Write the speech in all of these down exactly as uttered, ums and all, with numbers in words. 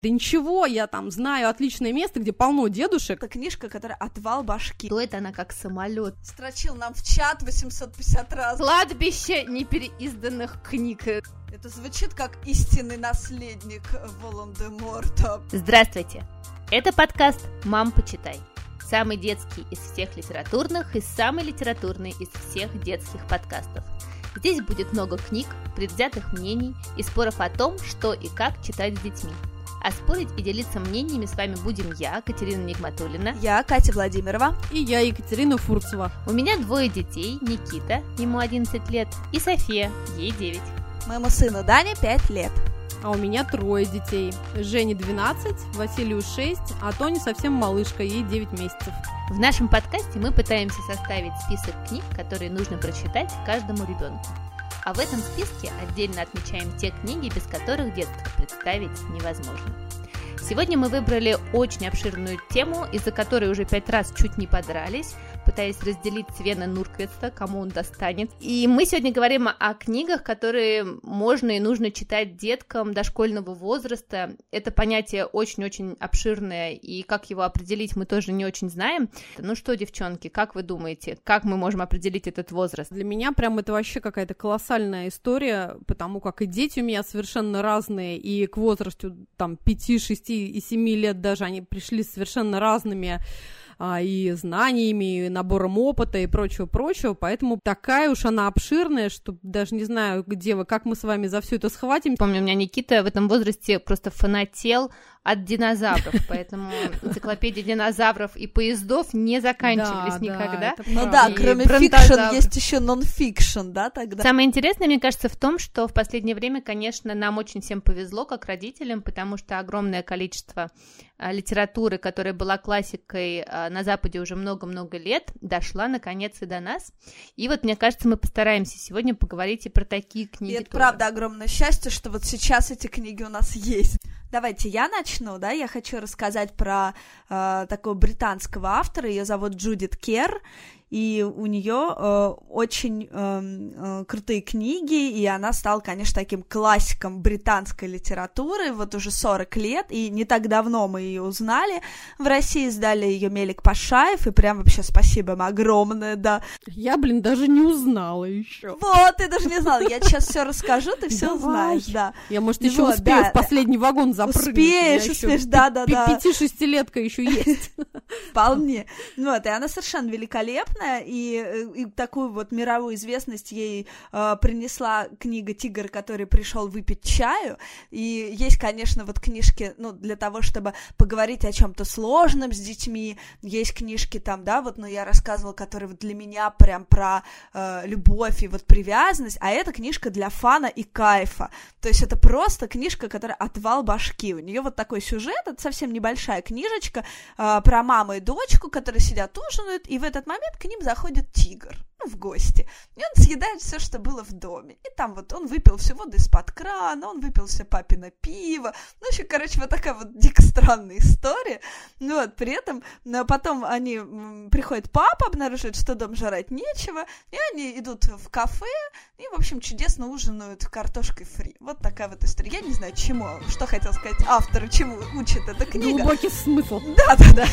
Да ничего, я там знаю отличное место, где полно дедушек. Это книжка, которая «Отвал башки». То это она как самолет. Строчил нам в чат восемьсот пятьдесят раз. Кладбище непереизданных книг. Это звучит как истинный наследник Волан-де-Морта. Здравствуйте! Это подкаст «Мам, почитай». Самый детский из всех литературных и самый литературный из всех детских подкастов. Здесь будет много книг, предвзятых мнений и споров о том, что и как читать с детьми. А спорить и делиться мнениями с вами будем я, Катерина Нигматуллина. Я, Катя Владимирова. И я, Екатерина Фурцева. У меня двое детей, Никита, ему одиннадцать лет, и София, ей девять. Моему сыну Дане пять лет. А у меня трое детей. Жене двенадцать, Василию шесть, а Тоне совсем малышка, ей девять месяцев. В нашем подкасте мы пытаемся составить список книг, которые нужно прочитать каждому ребенку. А в этом списке отдельно отмечаем те книги, без которых детство представить невозможно. Сегодня мы выбрали очень обширную тему, из-за которой уже пять раз чуть не подрались, пытаясь разделить Свена Нурквиста, кому он достанет. И мы сегодня говорим о книгах, которые можно и нужно читать деткам дошкольного возраста. Это понятие очень-очень обширное, и как его определить, мы тоже не очень знаем. Ну что, девчонки, как вы думаете, как мы можем определить этот возраст? Для меня прям это вообще какая-то колоссальная история, потому как и дети у меня совершенно разные, и к возрасту там пяти, шести и семи лет даже они пришли с совершенно разными а, и знаниями, и набором опыта, и прочего-прочего, поэтому такая уж она обширная, что даже не знаю, где вы, как мы с вами за все это схватим. Помню, у меня Никита в этом возрасте просто фанател от динозавров, поэтому энциклопедии динозавров и поездов не заканчивались да, никогда. Да, ну да, И кроме фикшн есть еще нон-фикшн, да, тогда. Самое интересное, мне кажется, в том, что в последнее время, конечно, нам очень всем повезло, как родителям, потому что огромное количество а, литературы, которая была классикой а, на Западе уже много-много лет, дошла, наконец, и до нас. И вот, мне кажется, мы постараемся сегодня поговорить и про такие книги. И это тоже. правда огромное счастье, что вот сейчас эти книги у нас есть. Давайте я начну, да, я хочу рассказать про э, такого британского автора, ее зовут Джудит Керр, и у нее э, очень э, э, крутые книги, и она стала, конечно, таким классиком британской литературы, вот уже сорок лет, и не так давно мы ее узнали, в России издали ее Мелик Пашаев, и прям вообще спасибо им огромное, да. Я, блин, даже не узнала еще. Вот, ты даже не знала, я сейчас все расскажу, ты все узнаешь, да. Я, может, еще вот, успею да. в последний вагон запрыгнуть. Успеешь, успеешь, да-да-да. Пяти-шестилетка еще есть. Вполне. Вот, и она совершенно великолепная, и, и такую вот мировую известность ей э, принесла книга «Тигр, который пришел выпить чаю», и есть, конечно, вот книжки, ну, для того, чтобы поговорить о чем-то сложном с детьми, есть книжки там, да, вот, ну, я рассказывала, которые вот для меня прям про э, любовь и вот привязанность, а эта книжка для фана и кайфа, то есть это просто книжка, которая «Отвал башки», у нее вот такой сюжет, это совсем небольшая книжечка э, про маму и дочку, которые сидят ужинают, и в этот момент к ним заходит тигр, ну, в гости, и он съедает все, что было в доме, и там вот он выпил всю воду из-под крана, он выпил все папино пиво, ну, еще, короче, вот такая вот дико странная история, ну, вот, при этом, ну, потом они, м, приходит папа, обнаруживает, что дома жрать нечего, и они идут в кафе, и, в общем, чудесно ужинают картошкой фри, вот такая вот история, я не знаю, чему, что хотел сказать автор, чему учит эта книга. Глубокий смысл. Да-да-да.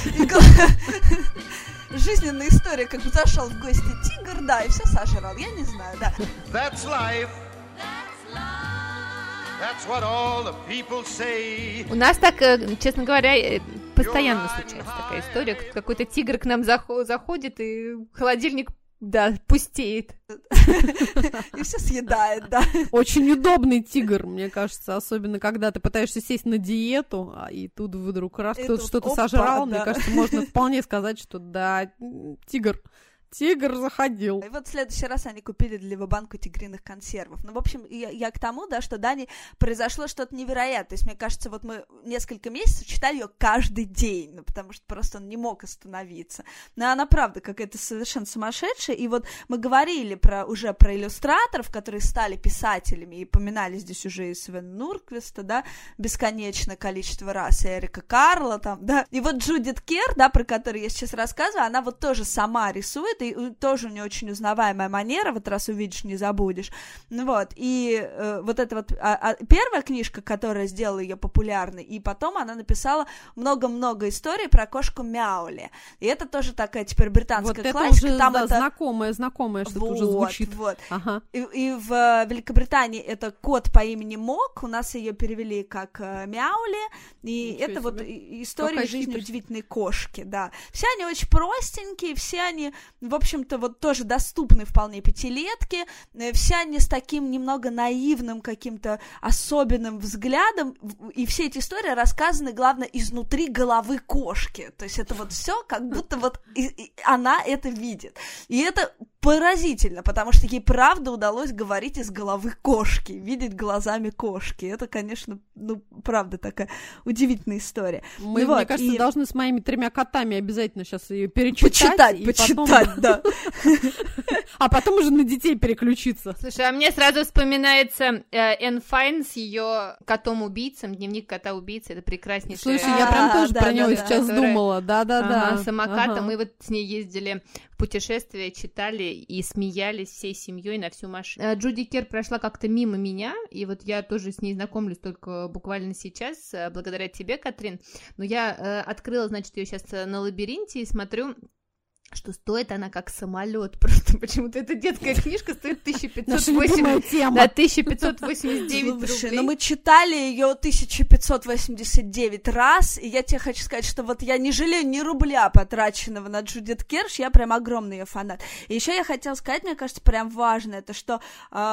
Жизненная история, как бы зашел в гости тигр, да, и все сожрал, я не знаю, да. That's life. That's what all the people say. У нас так, честно говоря, постоянно случается такая история, какой-то тигр к нам заходит, и холодильник, да, пустеет. И все съедает, да. Очень удобный тигр, мне кажется, особенно когда ты пытаешься сесть на диету, а и тут вдруг раз кто-то что-то сожрал, да. Мне кажется, можно вполне сказать, что да, тигр. Тигр заходил. И вот в следующий раз они купили для него банку тигриных консервов. Ну, в общем, я, я к тому, да, что Дане произошло что-то невероятное. То есть, мне кажется, вот мы несколько месяцев читали ее каждый день, ну, потому что просто он не мог остановиться. Но она, правда, какая-то совершенно сумасшедшая. И вот мы говорили про, уже про иллюстраторов, которые стали писателями, и поминали здесь уже и Свена Нурквиста, да, бесконечное количество раз, и Эрика Карла там, да. И вот Джудит Керр, да, про которую я сейчас рассказываю, она вот тоже сама рисует, рисует, и тоже у нее очень узнаваемая манера, вот раз увидишь, не забудешь. Ну вот, и э, вот эта вот а, а, первая книжка, которая сделала ее популярной, и потом она написала много-много историй про кошку Мяули. И это тоже такая теперь британская вот классика. Это уже, там да, это... знакомое, знакомое что-то вот, уже звучит. Вот. Ага. И, и в Великобритании это кот по имени Мок, у нас ее перевели как э, Мяули, и Ничего это себе. вот история Какая жизни хитрость. удивительной кошки, да. Все они очень простенькие, все они, в общем-то, вот тоже доступны вполне пятилетки, все они с таким немного наивным каким-то особенным взглядом, и все эти истории рассказаны, главное, изнутри головы кошки, то есть это вот все как будто вот и, и она это видит, и это поразительно, потому что ей правда удалось говорить из головы кошки, видеть глазами кошки, это, конечно, ну, правда такая удивительная история. Мы, ну, мне вот, кажется, и... должны с моими тремя котами обязательно сейчас ее перечитать. Почитать, и почитать, потом... да. А потом уже на детей переключиться. Слушай, а мне сразу вспоминается э, Энн Файн с ее котом-убийцем, дневник кота-убийцы, это прекраснейшая. Слушай, я прям тоже да, про да, него да, сейчас которая... думала, да-да-да. Ага, самокатом, ага. мы вот с ней ездили в путешествие, читали и смеялись всей семьей на всю машину. Джуди Керр прошла как-то мимо меня, и вот я тоже с ней знакомлюсь только буквально сейчас, благодаря тебе, Катрин, но я э, открыла, значит, ее сейчас на Лабиринте и смотрю, что стоит она как самолет. Просто почему-то эта детская книжка стоит тысяча пятьсот восемьдесят... Да, тысяча пятьсот восемьдесят девять Слушай, рублей. ну мы читали ее тысяча пятьсот восемьдесят девять раз, и я тебе хочу сказать, что вот я не жалею ни рубля, потраченного на Джудит Керш, я прям огромный ее фанат. И еще я хотела сказать, мне кажется, прям важно, это что э,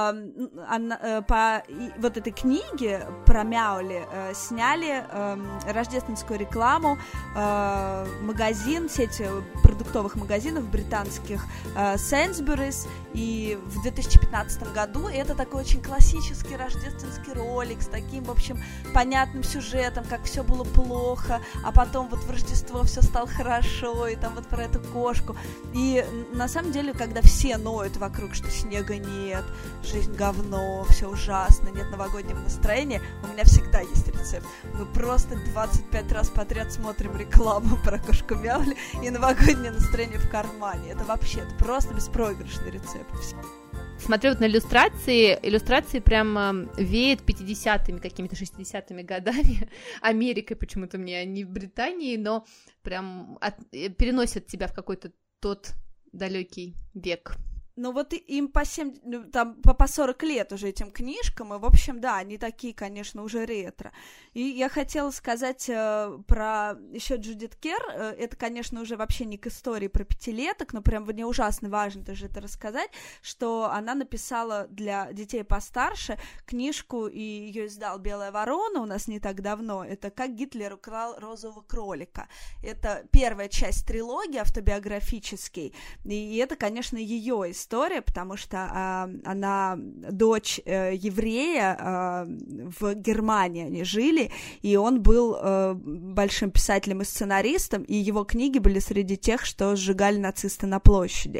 она, э, по и, вот этой книге про Мяули э, сняли э, рождественскую рекламу, э, магазин, сеть продуктовых магазинов, магазинов британских Sainsbury's, и в две тысячи пятнадцатом году, и это такой очень классический рождественский ролик с таким, в общем, понятным сюжетом, как все было плохо, а потом вот в Рождество все стало хорошо, и там вот про эту кошку, и на самом деле, когда все ноют вокруг, что снега нет, жизнь говно, все ужасно, нет новогоднего настроения, у меня всегда есть рецепт. Мы просто двадцать пять раз подряд смотрим рекламу про кошку Мяули, и новогоднее настроение в кармане. Это вообще, это просто беспроигрышный рецепт. Смотрю вот на иллюстрации, иллюстрации прям веет пятидесятыми, какими-то шестидесятыми годами, Америкой почему-то мне, а не в Британии, но прям от, переносят тебя в какой-то тот далекий век. Ну вот им по семь, там, по, по сорок лет уже этим книжкам, и, в общем, да, они такие, конечно, уже ретро. И я хотела сказать э, про еще Джудит Керр, э, это, конечно, уже вообще не к истории про пятилеток, но прям мне ужасно важно даже это рассказать, что она написала для детей постарше книжку, и ее издал «Белая ворона» у нас не так давно, это «Как Гитлер украл розового кролика». Это первая часть трилогии автобиографической, и это, конечно, ее история. История, потому что а, она дочь э, еврея, а, в Германии они жили, и он был э, большим писателем и сценаристом, и его книги были среди тех, что сжигали нацисты на площади.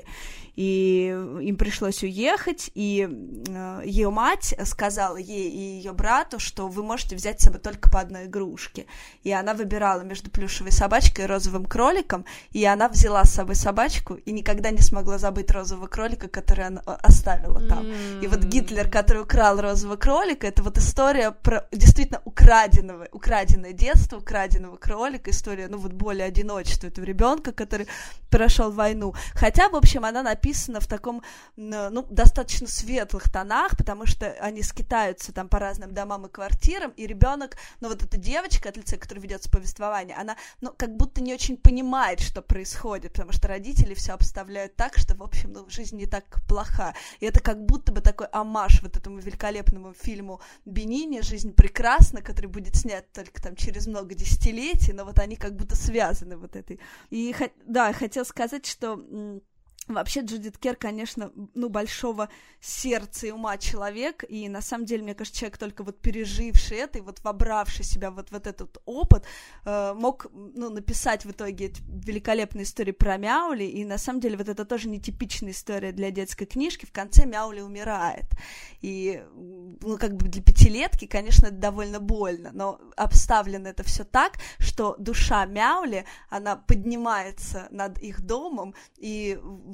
И им пришлось уехать, и э, ее мать сказала ей и ее брату, что вы можете взять с собой только по одной игрушке. И она выбирала между плюшевой собачкой и розовым кроликом, и она взяла с собой собачку и никогда не смогла забыть розового кролика, который она оставила там. Mm-hmm. И вот Гитлер, который украл розового кролика, это вот история про действительно украденного, украденное детство, украденного кролика, история, ну вот боли одиночества этого ребенка, который прошел войну. Хотя, в общем, она написана написано в таком, ну, достаточно светлых тонах, потому что они скитаются там по разным домам и квартирам, и ребенок, ну, вот эта девочка, от лица которой ведется повествование, она, ну, как будто не очень понимает, что происходит, потому что родители все обставляют так, что, в общем, ну, жизнь не так плоха. И это как будто бы такой омаж вот этому великолепному фильму Бенини «Жизнь прекрасна», который будет снят только там через много десятилетий, но вот они как будто связаны вот этой. И, да, хотела сказать, что вообще Джудит Керр, конечно, ну, большого сердца и ума человек, и на самом деле, мне кажется, человек, только вот переживший это и вот вобравший себя вот в вот этот опыт, э, мог, ну, написать в итоге великолепные истории про Мяули, и на самом деле вот это тоже нетипичная история для детской книжки, в конце Мяули умирает, и, ну, как бы для пятилетки, конечно, это довольно больно, но обставлено это все так, что душа Мяули, она поднимается над их домом, и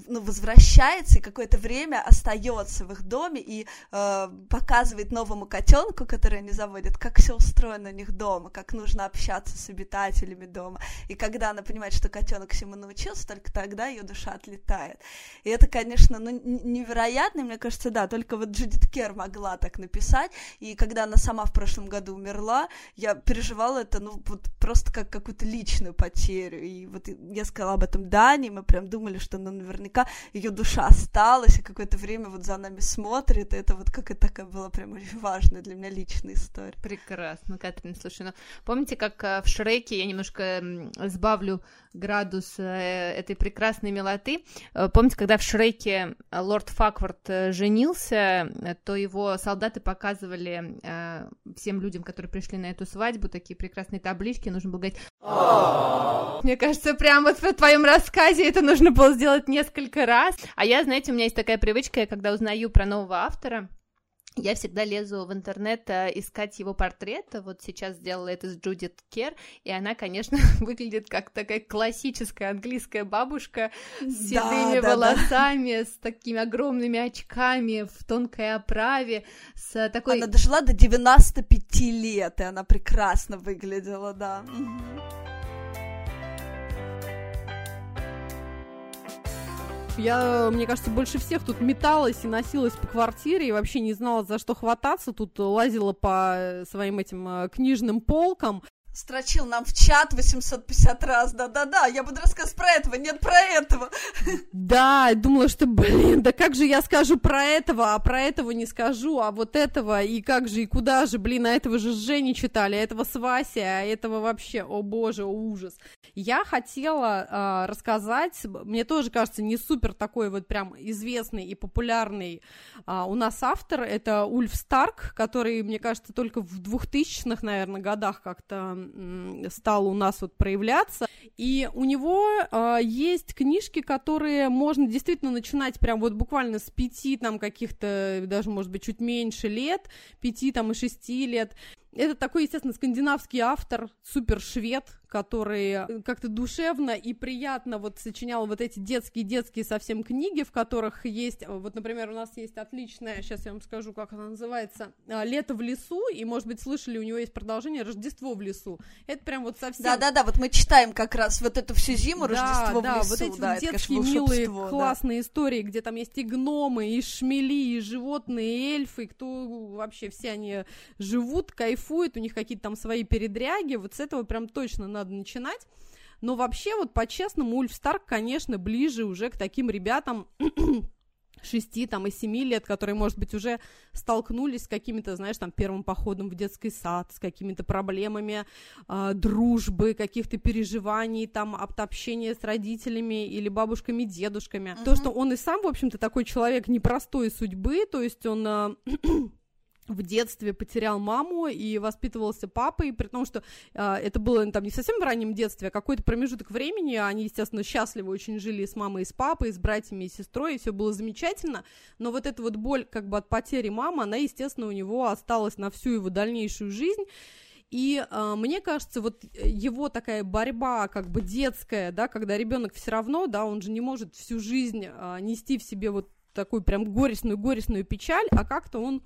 ну, возвращается и какое-то время остается в их доме и э, показывает новому котенку, который они заводят, как все устроено у них дома, как нужно общаться с обитателями дома. И когда она понимает, что котенок всему научился, только тогда ее душа отлетает. И это, конечно, ну, невероятно, мне кажется, да, только вот Джудит Кер могла так написать. И когда она сама в прошлом году умерла, я переживала это, ну, вот просто как какую-то личную потерю. И вот я сказала об этом Дане, мы прям думали, что, ну, наверняка ее душа осталась, и какое-то время вот за нами смотрит, и это вот какая-то такая была прям очень важная для меня личная история. Прекрасно, Катрин, слушай, ну, помните, как в Шреке, я немножко сбавлю градус этой прекрасной милоты, помните, когда в Шреке лорд Факворт женился, то его солдаты показывали всем людям, которые пришли на эту свадьбу, такие прекрасные таблички, нужно было говорить: мне кажется, прям вот в твоем рассказе это нужно было сделать несколько раз. А я, знаете, у меня есть такая привычка, я когда узнаю про нового автора, я всегда лезу в интернет а, искать его портрет. Вот сейчас сделала это с Джудит Кер, и она, конечно, выглядит как такая классическая английская бабушка с седыми да, волосами, да, да. с такими огромными очками, в тонкой оправе, с такой... Она дожила до девяноста пяти лет, и она прекрасно выглядела, да. Я, мне кажется, больше всех тут металась и носилась по квартире и вообще не знала, за что хвататься. Тут лазила по своим этим книжным полкам. Строчил нам в чат восемьсот пятьдесят раз, да-да-да, я буду рассказывать про этого, нет, про этого. Да, думала, что, блин, да как же я скажу про этого, а про этого не скажу, а вот этого, и как же, и куда же, блин, а этого же с Женей читали, а этого с Васей, а этого вообще, о боже, ужас. Я хотела а, рассказать, мне тоже кажется, не супер такой вот прям известный и популярный а, у нас автор, это Ульф Старк, который, мне кажется, только в двухтысячных, наверное, годах как-то стал у нас вот проявляться, и у него э, есть книжки, которые можно действительно начинать прям вот буквально с пяти там каких-то, даже может быть чуть меньше лет, пяти там и шести лет. Это такой, естественно, скандинавский автор, супер-швед, который как-то душевно и приятно вот сочинял вот эти детские-детские совсем книги, в которых есть, вот, например, у нас есть отличная, сейчас я вам скажу, как она называется, «Лето в лесу», и, может быть, слышали, у него есть продолжение «Рождество в лесу». Это прям вот совсем... Да-да-да, вот мы читаем как раз вот эту всю зиму да, «Рождество да, в лесу». Вот эти да, вот детские, милые, классные да. истории, где там есть и гномы, и шмели, и животные, и эльфы, кто вообще все они живут, кайфуют, у них какие-то там свои передряги, вот с этого прям точно надо начинать. Но вообще, вот по-честному, Ульф Старк, конечно, ближе уже к таким ребятам шести там, и семи лет, которые, может быть, уже столкнулись с какими-то, знаешь, там, первым походом в детский сад, с какими-то проблемами э, дружбы, каких-то переживаний, там, общения с родителями или бабушками, дедушками. Uh-huh. То, что он и сам, в общем-то, такой человек непростой судьбы, то есть он... Э, в детстве потерял маму и воспитывался папой, при том, что э, это было там не совсем в раннем детстве, а какой-то промежуток времени, они, естественно, счастливо очень жили с мамой и с папой, с братьями и сестрой, и все было замечательно, но вот эта вот боль как бы от потери мамы, она, естественно, у него осталась на всю его дальнейшую жизнь. И э, мне кажется, вот его такая борьба как бы детская, да, когда ребенок все равно, да, он же не может всю жизнь э, нести в себе вот такую прям горестную-горестную печаль, а как-то он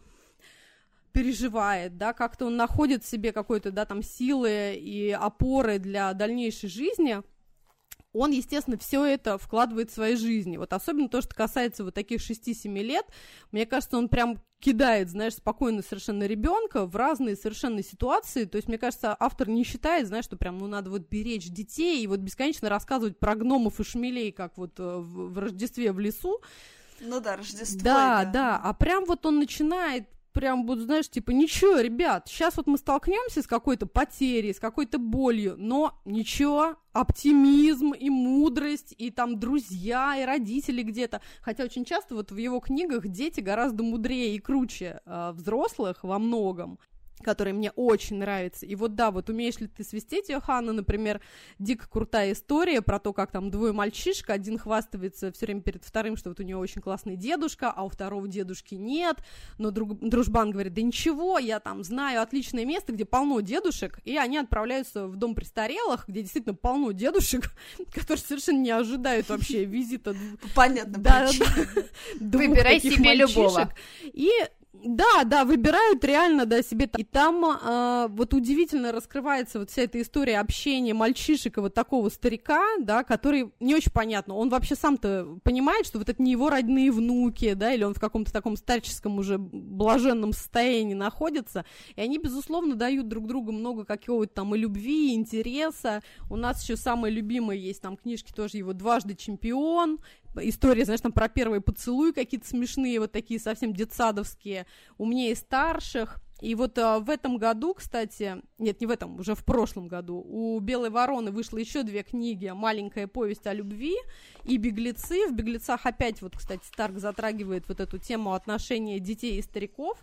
переживает, да, как-то он находит в себе какой-то, да, там, силы и опоры для дальнейшей жизни, он, естественно, все это вкладывает в своей жизни. Вот особенно то, что касается вот таких шести-семи лет, мне кажется, он прям кидает, знаешь, спокойно совершенно ребенка в разные совершенно ситуации. То есть, мне кажется, автор не считает, знаешь, что прям, ну, надо вот беречь детей и вот бесконечно рассказывать про гномов и шмелей, как вот в, в Рождестве в лесу. Ну да, Рождество. Да, да, да, а прям вот он начинает прям вот, знаешь, типа, ничего, ребят, сейчас вот мы столкнемся с какой-то потерей, с какой-то болью, но ничего, оптимизм и мудрость, и там друзья, и родители где-то. Хотя очень часто вот в его книгах дети гораздо мудрее и круче э, взрослых во многом. который мне очень нравится. И вот да, вот «Умеешь ли ты свистеть, Йоханна», например, дико крутая история про то, как там двое мальчишек, один хвастается все время перед вторым, что вот у него очень классный дедушка, а у второго дедушки нет, но друг, дружбан говорит: да ничего, я там знаю отличное место, где полно дедушек, и они отправляются в дом престарелых, где действительно полно дедушек, которые совершенно не ожидают вообще визита. Понятно, да, выбирай себе любого. И Да, да, выбирают реально, да, себе. И там э, вот удивительно раскрывается вот вся эта история общения мальчишек и вот такого старика, да, который не очень понятно, он вообще сам-то понимает, что вот это не его родные внуки, да, или он в каком-то таком старческом уже блаженном состоянии находится, и они, безусловно, дают друг другу много какого-то там и любви, и интереса. У нас еще самые любимые есть там книжки тоже его «Дважды чемпион», история, знаешь, там про первые поцелуи какие-то смешные, вот такие совсем детсадовские, «Умнее старших». И вот а, в этом году, кстати, нет, не в этом, уже в прошлом году, у «Белой вороны» вышло еще две книги: «Маленькая повесть о любви» и «Беглецы». В «Беглецах» опять, вот, кстати, Старк затрагивает вот эту тему отношения детей и стариков.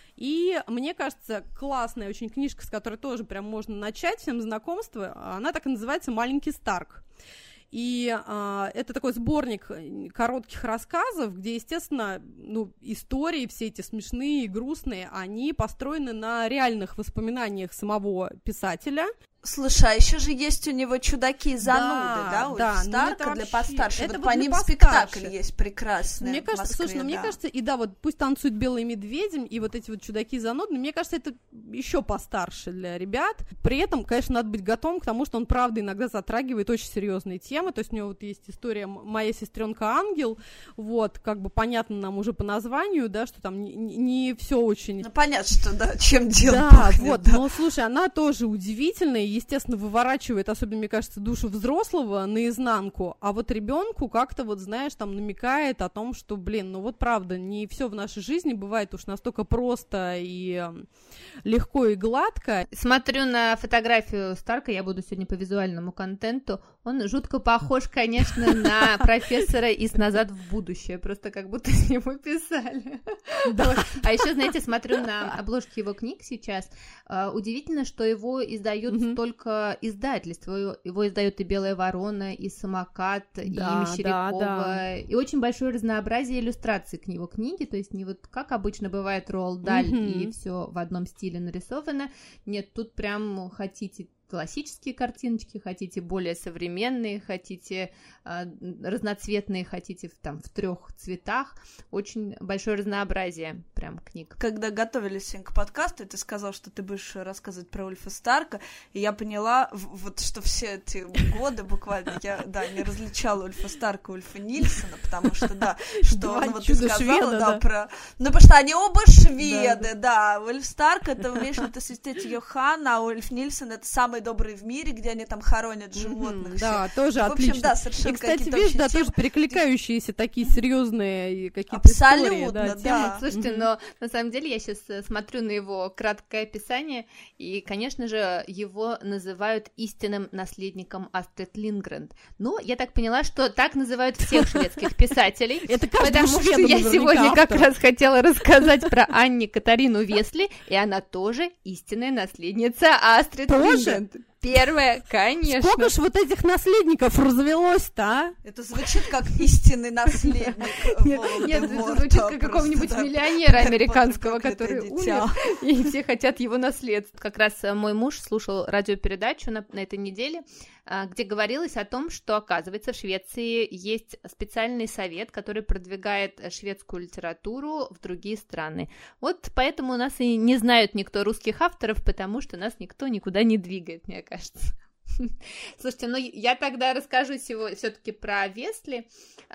И мне кажется, классная очень книжка, с которой тоже прям можно начать всем знакомство, она так и называется «Маленький Старк». И а, это такой сборник коротких рассказов, где, естественно, ну, истории все эти смешные и грустные, они построены на реальных воспоминаниях самого писателя. Слушай, а еще же есть у него «Чудаки-зануды», да, да, у да, Старка вообще, для постарше. Это вот вот по ним постарше. Спектакль есть прекрасный. Мне кажется, в Москве, слушай, ну, да. мне кажется, и да, вот «Пусть танцуют белые медведи» и вот эти вот «Чудаки-занудные», мне кажется, это еще постарше для ребят. При этом, конечно, надо быть готовым к тому, что он, правда, иногда затрагивает очень серьезные темы. То есть у него вот есть история «Моя сестренка Ангел», вот, как бы понятно нам уже по названию, да, что там не, не все очень... Ну, понятно, что, да, чем дело Да, пахнет, вот, да. но, слушай, она тоже удивительная, естественно, выворачивает, особенно, мне кажется, душу взрослого наизнанку, а вот ребенку как-то, вот, знаешь, там намекает о том, что, блин, ну вот правда, не все в нашей жизни бывает уж настолько просто и легко и гладко. Смотрю на фотографию Старка, я буду сегодня по визуальному контенту, он жутко похож, конечно, на профессора из «Назад в будущее», просто как будто с него писали. Да. А еще, знаете, смотрю на обложки его книг сейчас, удивительно, что его издают mm-hmm. только издательство, его издают и «Белая ворона», и «Самокат», да, и Мещерякова, да, да. И очень большое разнообразие иллюстраций к его книге, то есть не вот как обычно бывает Роалд Даль, mm-hmm. и все в одном стиле нарисовано, нет, тут прям хотите классические картиночки, хотите более современные, хотите э, разноцветные, хотите в, там в трех цветах. Очень большое разнообразие прям книг. Когда готовились к подкасту, ты сказал, что ты будешь рассказывать про Ульфа Старка, и я поняла, вот что все эти годы буквально я, да, не различала Ульфа Старка и Ульфа Нильсона, потому что, да, что он вот ты сказала, да, да, про... Ну, потому что они оба шведы, да, да. Ульф Старк — это «Умеешь ли ты свистеть, Йоханна», а Ульф Нильсон — это самый добрый в мире, где они там хоронят животных. Mm-hmm, да, тоже в общем, отлично. Да, совершенно. И, кстати, видишь, да, тоже перекликающиеся такие серьезные какие-то абсолютно, истории. Да, да. Слушайте, mm-hmm. но на самом деле я сейчас смотрю на его краткое описание, и, конечно же, его называют истинным наследником Астрид Линдгрен. Ну, я так поняла, что так называют всех шведских писателей. Это потому что я сегодня как раз хотела рассказать про Анни Катарину Весли, и она тоже истинная наследница Астрид Линдгрен. Первая, конечно. Сколько ж вот этих наследников развелось-то, а? Это звучит как истинный наследник. Нет, это звучит как какого-нибудь миллионера американского, который умер, и все хотят его наследство. Как раз мой муж слушал радиопередачу на, на этой неделе, где говорилось о том, что, оказывается, в Швеции есть специальный совет, который продвигает шведскую литературу в другие страны. Вот поэтому у нас и не знают никто русских авторов, потому что нас никто никуда не двигает, мне кажется. Слушайте, ну я тогда расскажу все-таки про Весли.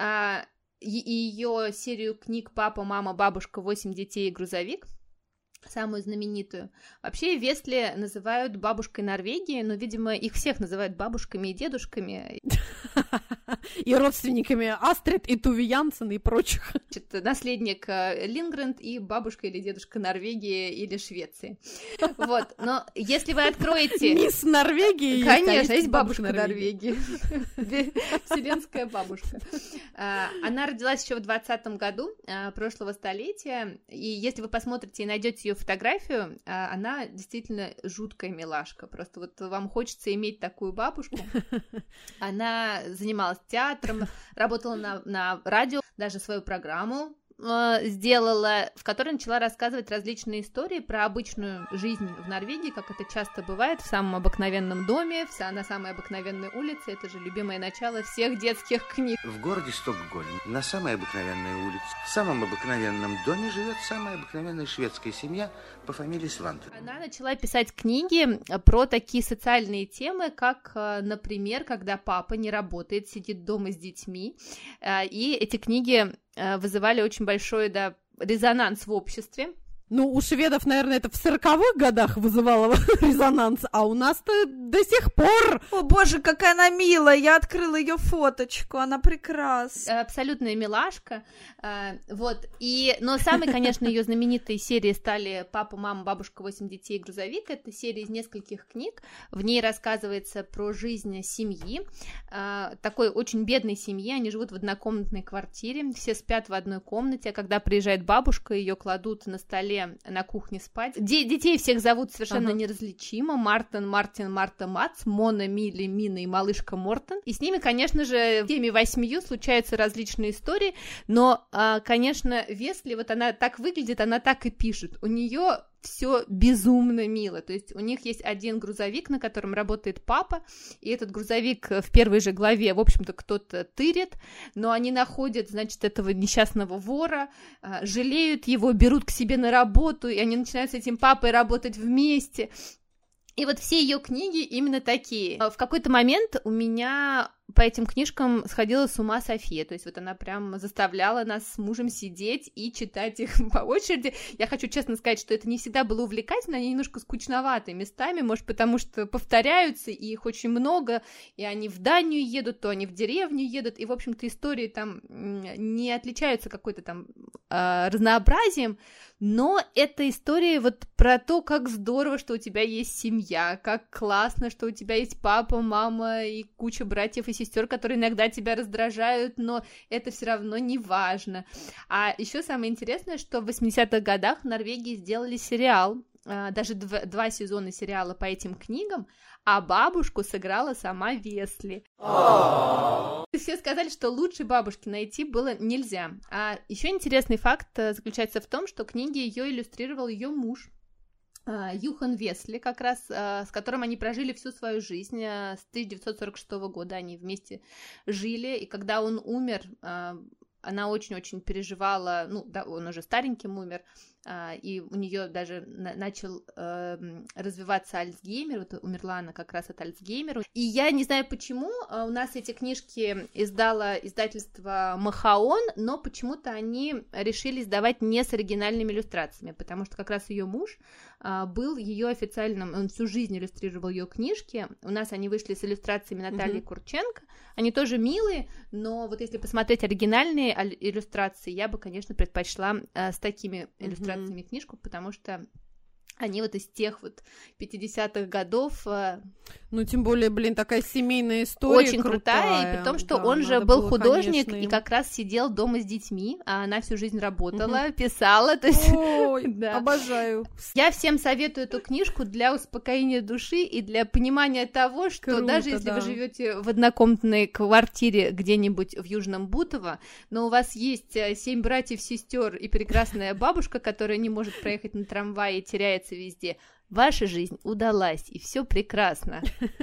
Ее серию книг «Папа, мама, бабушка, восемь детей и грузовик», самую знаменитую. Вообще Весли называют бабушкой Норвегии, но, видимо, их всех называют бабушками и дедушками. И родственниками Астрид и Туви Янсен и прочих. Значит, наследник Линдгрен и бабушка или дедушка Норвегии или Швеции. Вот, но если вы откроете... Мисс Норвегии. Конечно, есть бабушка Норвегии. Вселенская бабушка. Она родилась еще в двадцатом году прошлого столетия, и если вы посмотрите и найдете ее видел фотографию, она действительно жуткая милашка. Просто вот вам хочется иметь такую бабушку. Она занималась театром, работала на, на радио, даже свою программу сделала, в которой начала рассказывать различные истории про обычную жизнь в Норвегии, как это часто бывает, в самом обыкновенном доме, вся на самой обыкновенной улице. Это же любимое начало всех детских книг. В городе Стокгольм, на самой обыкновенной улице, в самом обыкновенном доме живет самая обыкновенная шведская семья по фамилии Свантен. Она начала писать книги про такие социальные темы, как, например, когда папа не работает, сидит дома с детьми, и эти книги вызывали очень большой, да, резонанс в обществе. Ну, у шведов, наверное, это в сороковых годах вызывало резонанс, а у нас-то до сих пор... О, боже, какая она милая! Я открыла ее фоточку, она прекрасна. Абсолютная милашка, вот, и... Но самой, конечно, ее знаменитые серии стали «Папа, мама, бабушка, восемь детей, грузовик». Это серия из нескольких книг, в ней рассказывается про жизнь семьи, такой очень бедной семьи, они живут в однокомнатной квартире, все спят в одной комнате, а когда приезжает бабушка, ее кладут на столе на кухне спать. Де- детей всех зовут совершенно ага. неразличимо. Мартин, Мартин, Марта, Мац, Мона, Милли, Мина и малышка Мортон. И с ними, конечно же, всеми восьмию случаются различные истории, но, конечно, Весли, вот она так выглядит, она так и пишет. У нее все безумно мило, то есть у них есть один грузовик, на котором работает папа, и этот грузовик в первой же главе, в общем-то, кто-то тырит, но они находят, значит, этого несчастного вора, жалеют его, берут к себе на работу, и они начинают с этим папой работать вместе. И вот все ее книги именно такие. В какой-то момент у меня по этим книжкам сходила с ума София, то есть вот она прям заставляла нас с мужем сидеть и читать их по очереди. Я хочу честно сказать, что это не всегда было увлекательно, они немножко скучноватые местами, может, потому что повторяются, и их очень много, и они в Данию едут, то они в деревню едут, и, в общем-то, истории там не отличаются какой-то там э, разнообразием, но это история вот про то, как здорово, что у тебя есть семья, как классно, что у тебя есть папа, мама и куча братьев и сестер, которые иногда тебя раздражают, но это все равно не важно. А еще самое интересное, что в восьмидесятых годах в Норвегии сделали сериал, даже два, два сезона сериала по этим книгам, а бабушку сыграла сама Весли. Все сказали, что лучше бабушки найти было нельзя. А еще интересный факт заключается в том, что книги ее иллюстрировал ее муж, Юхан Весли, как раз, с которым они прожили всю свою жизнь. С тысяча девятьсот сорок шестого года они вместе жили, и когда он умер, она очень-очень переживала, ну, да, он уже стареньким умер, и у нее даже на- начал э, развиваться Альцгеймер, вот умерла она как раз от Альцгеймера, и я не знаю почему, у нас эти книжки издало издательство Махаон, но почему-то они решили издавать не с оригинальными иллюстрациями, потому что как раз ее муж э, был ее официальным, он всю жизнь иллюстрировал ее книжки, у нас они вышли с иллюстрациями Натальи mm-hmm. Курченко, они тоже милые, но вот если посмотреть оригинальные иллюстрации, я бы, конечно, предпочла э, с такими иллюстрациями mm-hmm. книжку, потому что они вот из тех вот пятидесятых годов. Ну, тем более, блин, такая семейная история очень крутая, крутая и при том, что да, он же был было, художник конечно, и как раз сидел дома с детьми, а она всю жизнь работала, угу. писала, то есть... Ой, да. Обожаю. Я всем советую эту книжку для успокоения души и для понимания того, что Круто, даже если да. вы живете в однокомнатной квартире где-нибудь в Южном Бутово, но у вас есть семь братьев, сестер и прекрасная бабушка, которая не может проехать на трамвае и теряется везде. Ваша жизнь удалась, и все прекрасно.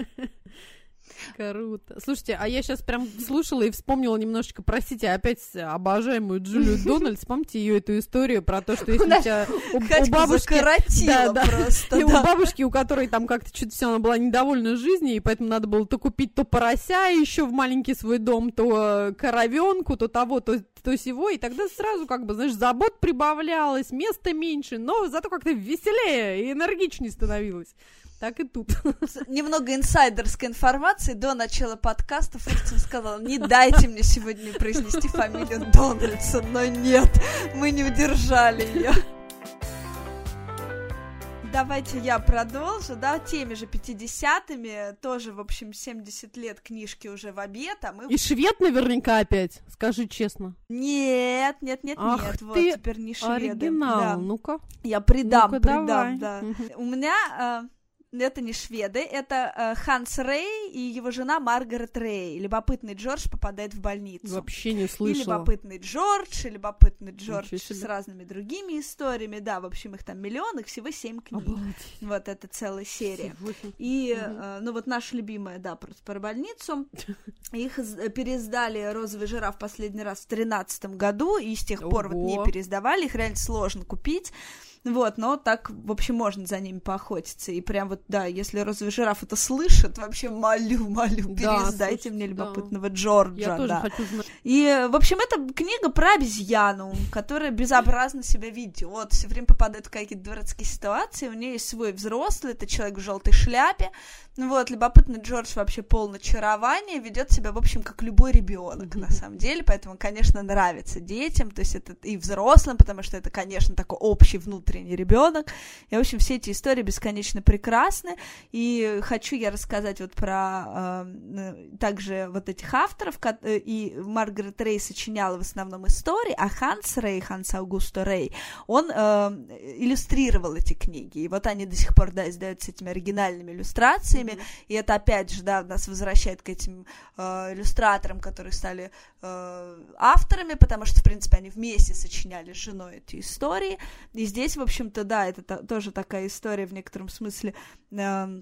Круто. Слушайте, а я сейчас прям слушала и вспомнила немножечко, простите, опять обожаемую Джулию Дональдс. Помните ее эту историю про то, что если у тебя у, у бабушки... Да, да, просто, и да. у бабушки, у которой там как-то что-то все, она была недовольна жизнью, и поэтому надо было то купить то порося еще в маленький свой дом, то коровенку, то того, то, то сего, и тогда сразу как бы, знаешь, забот прибавлялось, места меньше, но зато как-то веселее и энергичнее становилось. Так и тут. Немного инсайдерской информации. До начала подкаста Фрустин сказала: не дайте мне сегодня произнести фамилию Дональдсон, но нет, мы не удержали ее. Давайте я продолжу, да, теми же пятидесятыми, тоже, в общем, семьдесят лет книжки уже в обед, а мы... И швед наверняка опять, скажи честно. Нет, нет, нет, Ах нет, вот ты теперь не шведы. оригинал, Да. ну-ка. Я придам, Ну-ка, придам, давай. да. Мгм. У меня... э, Это не шведы, это э, Ханс Рей и его жена Маргарет Рей. Любопытный Джордж попадает в больницу. Вообще не И слышала. любопытный Джордж, и любопытный Джордж Ничего себе. с разными другими историями. Да, в общем, их там миллион, их всего семь книг. Обалдеть. Вот это целая серия. Сегодня. И, Мгм. э, ну вот наша любимая, да, просто про больницу. Их з- переиздали «Розовый жираф» последний раз в тринадцатом году, и с тех пор вот Ого. не переиздавали, их реально сложно купить. Вот, но так, в общем, можно за ними поохотиться. И прям вот, да, если «Розовый жираф» это слышит, вообще молю, молю, Да, переиздайте слушайте, мне да. любопытного Джорджа. Я тоже да. хочу знать. И, в общем, это книга про обезьяну, которая безобразно себя ведет, все время попадает в какие-то дурацкие ситуации. У нее есть свой взрослый, это человек в желтой шляпе. Ну вот, любопытный Джордж вообще полон очарования, ведет себя, в общем, как любой ребенок, на самом деле, поэтому, конечно, нравится детям, то есть это и взрослым, потому что это, конечно, такой общий внутренний ребенок. И, в общем, все эти истории бесконечно прекрасны. И хочу я рассказать вот про э, также вот этих авторов, ко- э, и Маргарет Рей сочиняла в основном истории, а Ханс Рей, Ханс Аугусто Рей, он э, иллюстрировал эти книги, и вот они до сих пор, да, издаются этими оригинальными иллюстрациями, и это, опять же, да, нас возвращает к этим э, иллюстраторам, которые стали э, авторами, потому что, в принципе, они вместе сочиняли с женой эти истории, и здесь, в общем-то, да, это та- тоже такая история в некотором смысле э,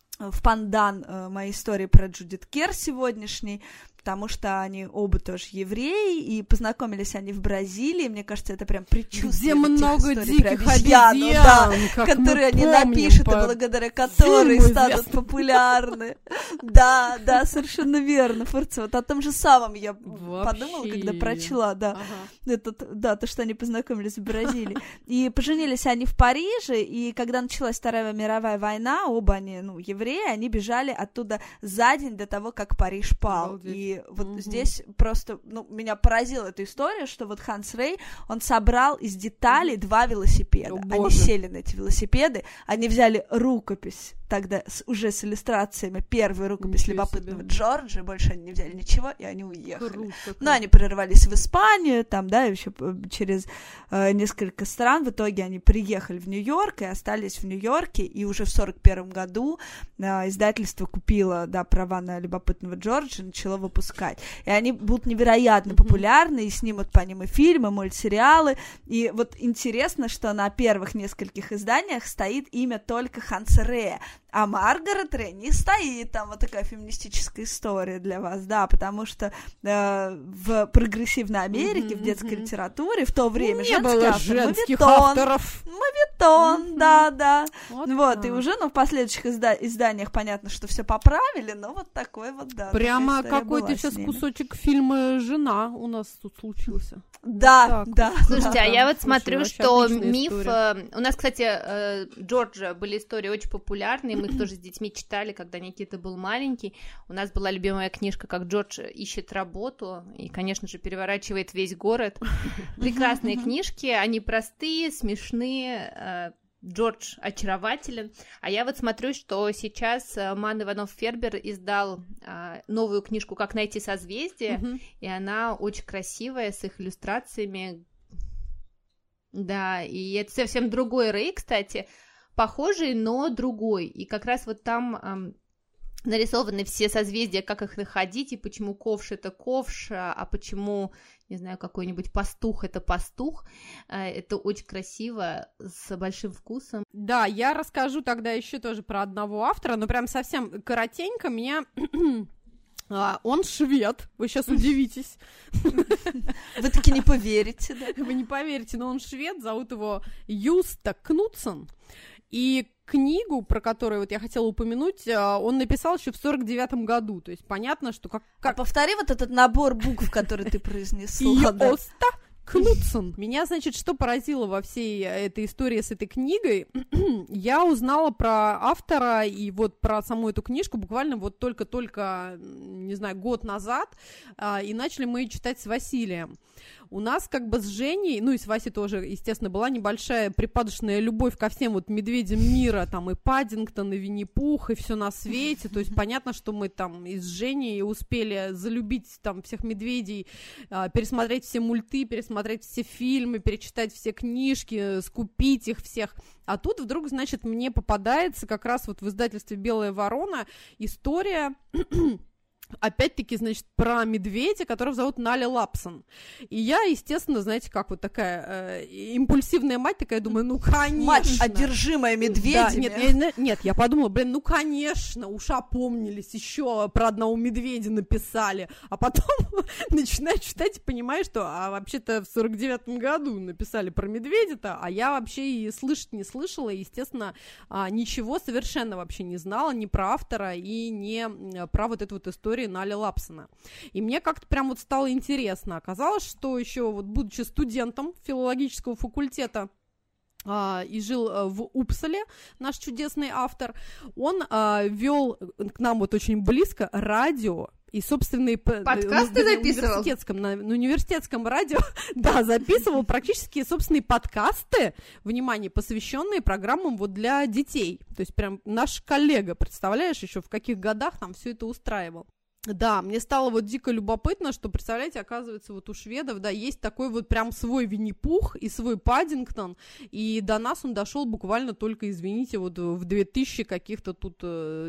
в пандан э, моей истории про Джудит Кер сегодняшней, потому что они оба тоже евреи, и познакомились они в Бразилии, мне кажется, это прям предчувствие Где вот тех много историй про диких обезьяну, обезьян, да, как мы которые они помним напишут, по и благодаря которой фильму станут известному. популярны. Да, да, совершенно верно, Фурца, вот о том же самом я подумала, Вообще. когда прочла, да. Ага. Этот, да, то, что они познакомились в Бразилии. И поженились они в Париже, и когда началась Вторая мировая война, оба они, ну, евреи, они бежали оттуда за день до того, как Париж пал. Обалдеть. И вот Мгм. здесь просто, ну, меня поразила эта история, что вот Ханс Рей, он собрал из деталей два велосипеда. О, Они боже. сели на эти велосипеды, они взяли рукопись тогда с, уже с иллюстрациями, первую рукопись Ничего любопытного себе. Джорджа, больше они не взяли ничего, и они уехали. Круто как. Ну, они прорывались в Испанию, там, да, еще через э, несколько стран. В итоге они приехали в Нью-Йорк и остались в Нью-Йорке. И уже в сорок первом году э, издательство купило, да, права на любопытного Джорджа, начало выпускать. И они будут невероятно популярны, и снимут по ним и фильмы, мультсериалы. И вот интересно, что на первых нескольких изданиях стоит имя только Ханса Рея. А Маргарет Рей не стоит, там вот такая феминистическая история для вас, да, потому что э, в прогрессивной Америке, Мгм, в детской мгм. литературе в то время Не женский было автор, женских моветон, авторов. моветон, Мгм. да, да. Вот, Вот, так. и уже, ну, в последующих изда- изданиях понятно, что все поправили, но вот такой вот, да. Прямо такая история какой-то была сейчас с ними. кусочек фильма «Жена» у нас тут случился. Да, Так. да. Слушайте, да. а я вот Слушай, смотрю, вообще что отличная миф... история. э, У нас, кстати, э, Джорджа были истории очень популярные, мы их тоже с детьми читали, когда Никита был маленький. У нас была любимая книжка, как Джордж ищет работу и, конечно же, переворачивает весь город. Прекрасные книжки, они простые, смешные, э, Джордж очарователен. А я вот смотрю, что сейчас э, Ман Иванов Фербер издал э, новую книжку «Как найти созвездие», Мгм. и она очень красивая, с их иллюстрациями. Да, и это совсем другой Рей, кстати, похожий, но другой. И как раз вот там эм, нарисованы все созвездия, как их находить, и почему ковш — это ковш, а почему, не знаю, какой-нибудь пастух — это пастух. Э, Это очень красиво, с большим вкусом. Да, я расскажу тогда еще тоже про одного автора, но прям совсем коротенько. Меня... а, он швед, вы сейчас удивитесь. Вы таки не поверите, да? Вы не поверите, но он швед, зовут его Юста Кнутсон. И книгу, про которую вот я хотела упомянуть, а, он написал еще в сорок девятом году. То есть понятно, что как... А как... повтори вот этот набор букв, который ты произнесла. да. Йоста Кнутсон. Меня, значит, что поразило во всей этой истории с этой книгой? Я узнала про автора и вот про саму эту книжку буквально вот только-только, не знаю, год назад, а, и начали мы ее читать с Василием. у нас как бы с Женей, ну и с Васей тоже, естественно, была небольшая припадочная любовь ко всем вот медведям мира, там и Паддингтон, и Винни-Пух, и все на свете, то есть понятно, что мы там и с Женей успели залюбить там всех медведей, пересмотреть все мульты, пересмотреть все фильмы, перечитать все книжки, скупить их всех. А тут вдруг, значит, мне попадается как раз вот в издательстве «Белая ворона» история... Опять-таки, значит, про медведя, которого зовут Наля Лапсон. И я, естественно, знаете, как вот такая э, импульсивная мать, такая думаю, ну, конечно. Мать, одержимая медведями. Да, нет, я, нет, я подумала, блин, ну, конечно, уж опомнились, еще про одного медведя написали. А потом начинаю читать и понимаю, что а вообще-то в сорок девятом году написали про медведя-то, а я вообще и слышать не слышала, и, естественно, ничего совершенно вообще не знала, ни про автора и не про вот эту вот историю Нали Лапсона. И мне как-то прям вот стало интересно. Оказалось, что еще вот будучи студентом филологического факультета а, и жил а, в Упсале, наш чудесный автор, он а, вел к нам вот очень близко радио, и собственные подкасты на, записывал? Университетском, на, на университетском радио, да, записывал практически собственные подкасты, внимание, посвященные программам вот для детей. То есть прям наш коллега, представляешь, еще в каких годах там все это устраивал. Да, мне стало вот дико любопытно, что, представляете, оказывается, вот у шведов, да, есть такой вот прям свой Винни-Пух и свой Паддингтон, и до нас он дошел буквально только, извините, вот в две тысячи каких-то тут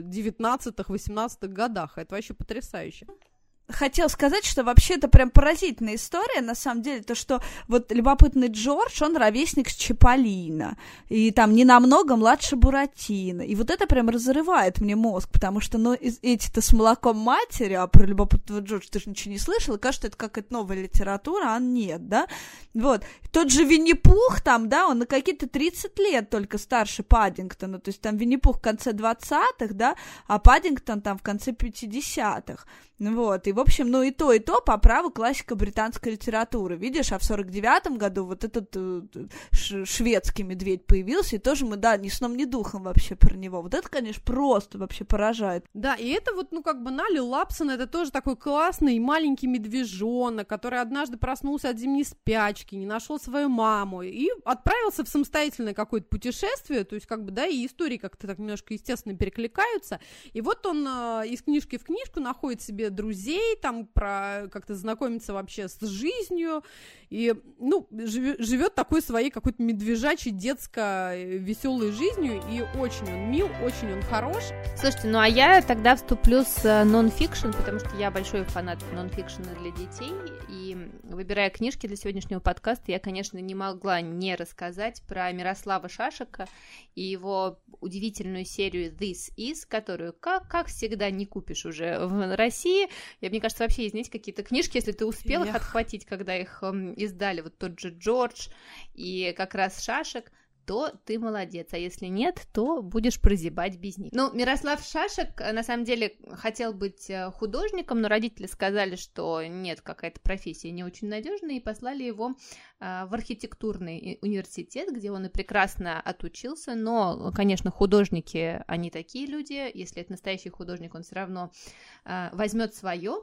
девятнадцатых-восемнадцатых годах. Это вообще потрясающе. Хотел сказать, что вообще это прям поразительная история, на самом деле, то, что вот любопытный Джордж, он ровесник с Чиполлино, и там не намного младше Буратино, и вот это прям разрывает мне мозг, потому что, ну, эти-то с молоком матери, а про любопытного Джорджа ты же ничего не слышал, и кажется, это какая-то новая литература, а нет, да, вот, тот же Винни-Пух там, да, он на какие-то тридцать лет только старше Паддингтона, то есть там Винни-Пух в конце двадцатых, да, а Паддингтон там в конце пятидесятых. Вот, и, в общем, ну и то, и то по праву классика британской литературы, видишь, а в сорок девятом году вот этот э, ш- шведский медведь появился, и тоже мы, да, ни сном, ни духом вообще про него, вот это, конечно, просто вообще поражает. Да, и это вот, ну, как бы Нали Лапсон, это тоже такой классный маленький медвежонок, который однажды проснулся от зимней спячки, не нашел свою маму, и отправился в самостоятельное какое-то путешествие, то есть, как бы, да, и истории как-то так немножко, естественно, перекликаются, и вот он э, из книжки в книжку находит себе друзей, там про как-то знакомиться вообще с жизнью, и, ну, живет такой своей какой-то медвежачей детской веселой жизнью, и очень он мил, очень он хорош. Слушайте, ну а я тогда вступлю с нон-фикшн, потому что я большой фанат нон-фикшена для детей, и выбирая книжки для сегодняшнего подкаста, я, конечно, не могла не рассказать про Мирослава Шашека и его удивительную серию This Is, которую, как, как всегда, не купишь уже в России. Я, мне кажется, вообще есть, знаете, какие-то книжки, если ты успел их отхватить, когда их эм, издали, вот тот же Джордж и как раз Шашек, то ты молодец, а если нет, то будешь прозябать без них. Ну, Мирослав Шашек, на самом деле, хотел быть художником, но родители сказали, что нет, какая-то профессия не очень надежная, и послали его э, в архитектурный университет, где он и прекрасно отучился, но, конечно, художники, они такие люди, если это настоящий художник, он все равно э, возьмет свое.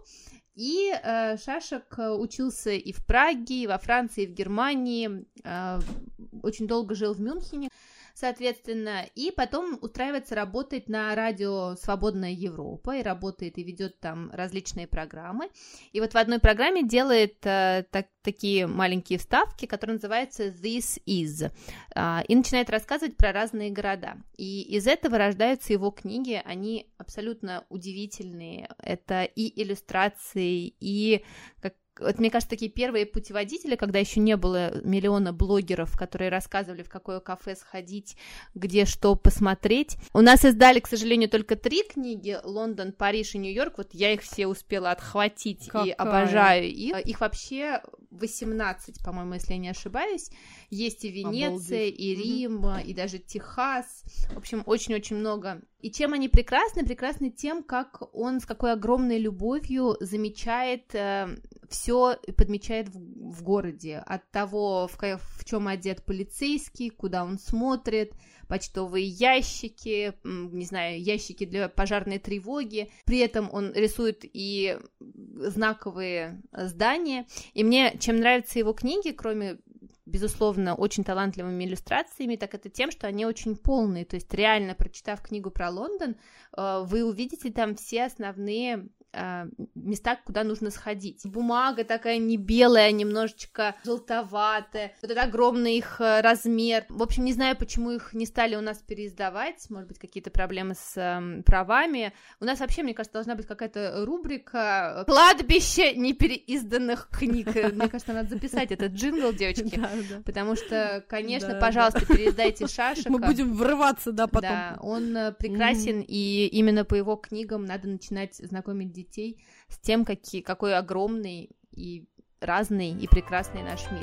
И э, Шашек учился и в Праге, и во Франции, и в Германии, э, очень долго жил в Мюнхене, соответственно, и потом устраивается работать на радио «Свободная Европа», и работает, и ведет там различные программы. И вот в одной программе делает э, так, такие маленькие вставки, которые называются «This Is», э, и начинает рассказывать про разные города. И из этого рождаются его книги, они абсолютно удивительные. Это и иллюстрации, и как вот, мне кажется, такие первые путеводители, когда еще не было миллиона блогеров, которые рассказывали, в какое кафе сходить, где что посмотреть. У нас издали, к сожалению, только три книги: Лондон, Париж и Нью-Йорк. Вот я их все успела отхватить. Какая? И обожаю их. Их вообще восемнадцать, по-моему, если я не ошибаюсь. Есть и Венеция, Обалдеть. И Рим, mm-hmm. и даже Техас. В общем, очень-очень много. И чем они прекрасны? Прекрасны тем, как он с какой огромной любовью замечает э, все и подмечает в, в городе. От того, в, в чем одет полицейский, куда он смотрит, почтовые ящики, не знаю, ящики для пожарной тревоги. При этом он рисует и знаковые здания. И мне чем нравятся его книги, кроме, безусловно, очень талантливыми иллюстрациями, так это тем, что они очень полные. То есть реально, прочитав книгу про Лондон, вы увидите там все основные места, куда нужно сходить. Бумага такая не белая, немножечко желтоватая, вот это огромный их размер. В общем, не знаю, почему их не стали у нас переиздавать, может быть, какие-то проблемы с э, правами. У нас вообще, мне кажется, должна быть какая-то рубрика «Кладбище непереизданных книг». Мне кажется, надо записать этот джингл, девочки, потому что, конечно, пожалуйста, переиздайте Шашика. Мы будем врываться, да, потом. Да, он прекрасен, и именно по его книгам надо начинать знакомить детей детей с тем, какие, какой огромный и разный и прекрасный наш мир.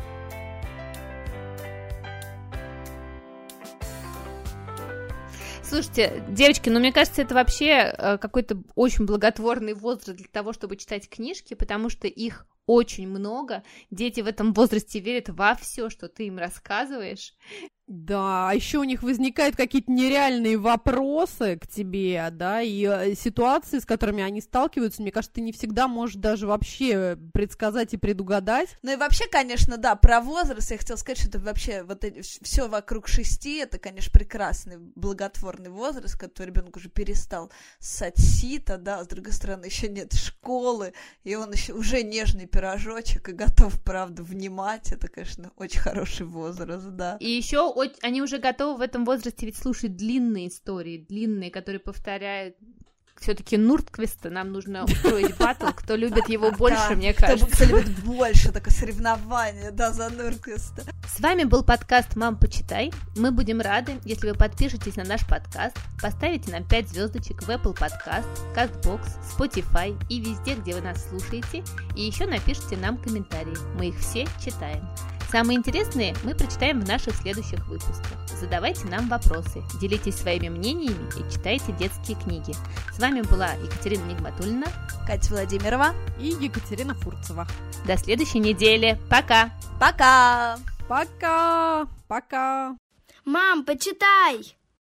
Слушайте, девочки, ну мне кажется, это вообще какой-то очень благотворный возраст для того, чтобы читать книжки, потому что их очень много. Дети в этом возрасте верят во все, что ты им рассказываешь. Да, а еще у них возникают какие-то нереальные вопросы к тебе, да, и ситуации, с которыми они сталкиваются, мне кажется, ты не всегда можешь даже вообще предсказать и предугадать. Ну и вообще, конечно, да, про возраст я хотела сказать, что это вообще вот все вокруг шести, это, конечно, прекрасный, благотворный возраст, когда ребенок уже перестал ссать сито, да, а с другой стороны, еще нет школы, и он еще уже нежный пирожочек и готов, правда, внимать, это, конечно, очень хороший возраст, да. И еще они уже готовы в этом возрасте ведь слушать длинные истории, длинные, которые повторяют. Все-таки Нуртквиста нам нужно устроить баттл, кто любит его больше, да, мне кажется. Кто любит больше, такое соревнование, да, за Нуртквиста. С вами был подкаст «Мам, почитай». Мы будем рады, если вы подпишетесь на наш подкаст, поставите нам пять звездочек в Apple Podcast, Castbox, Spotify и везде, где вы нас слушаете, и еще напишите нам комментарии. Мы их все читаем. Самые интересные мы прочитаем в наших следующих выпусках. Задавайте нам вопросы, делитесь своими мнениями и читайте детские книги. С вами была Екатерина Нигматульна, Катя Владимирова и Екатерина Фурцева. До следующей недели. Пока! Пока! Пока! Пока! Мам, почитай!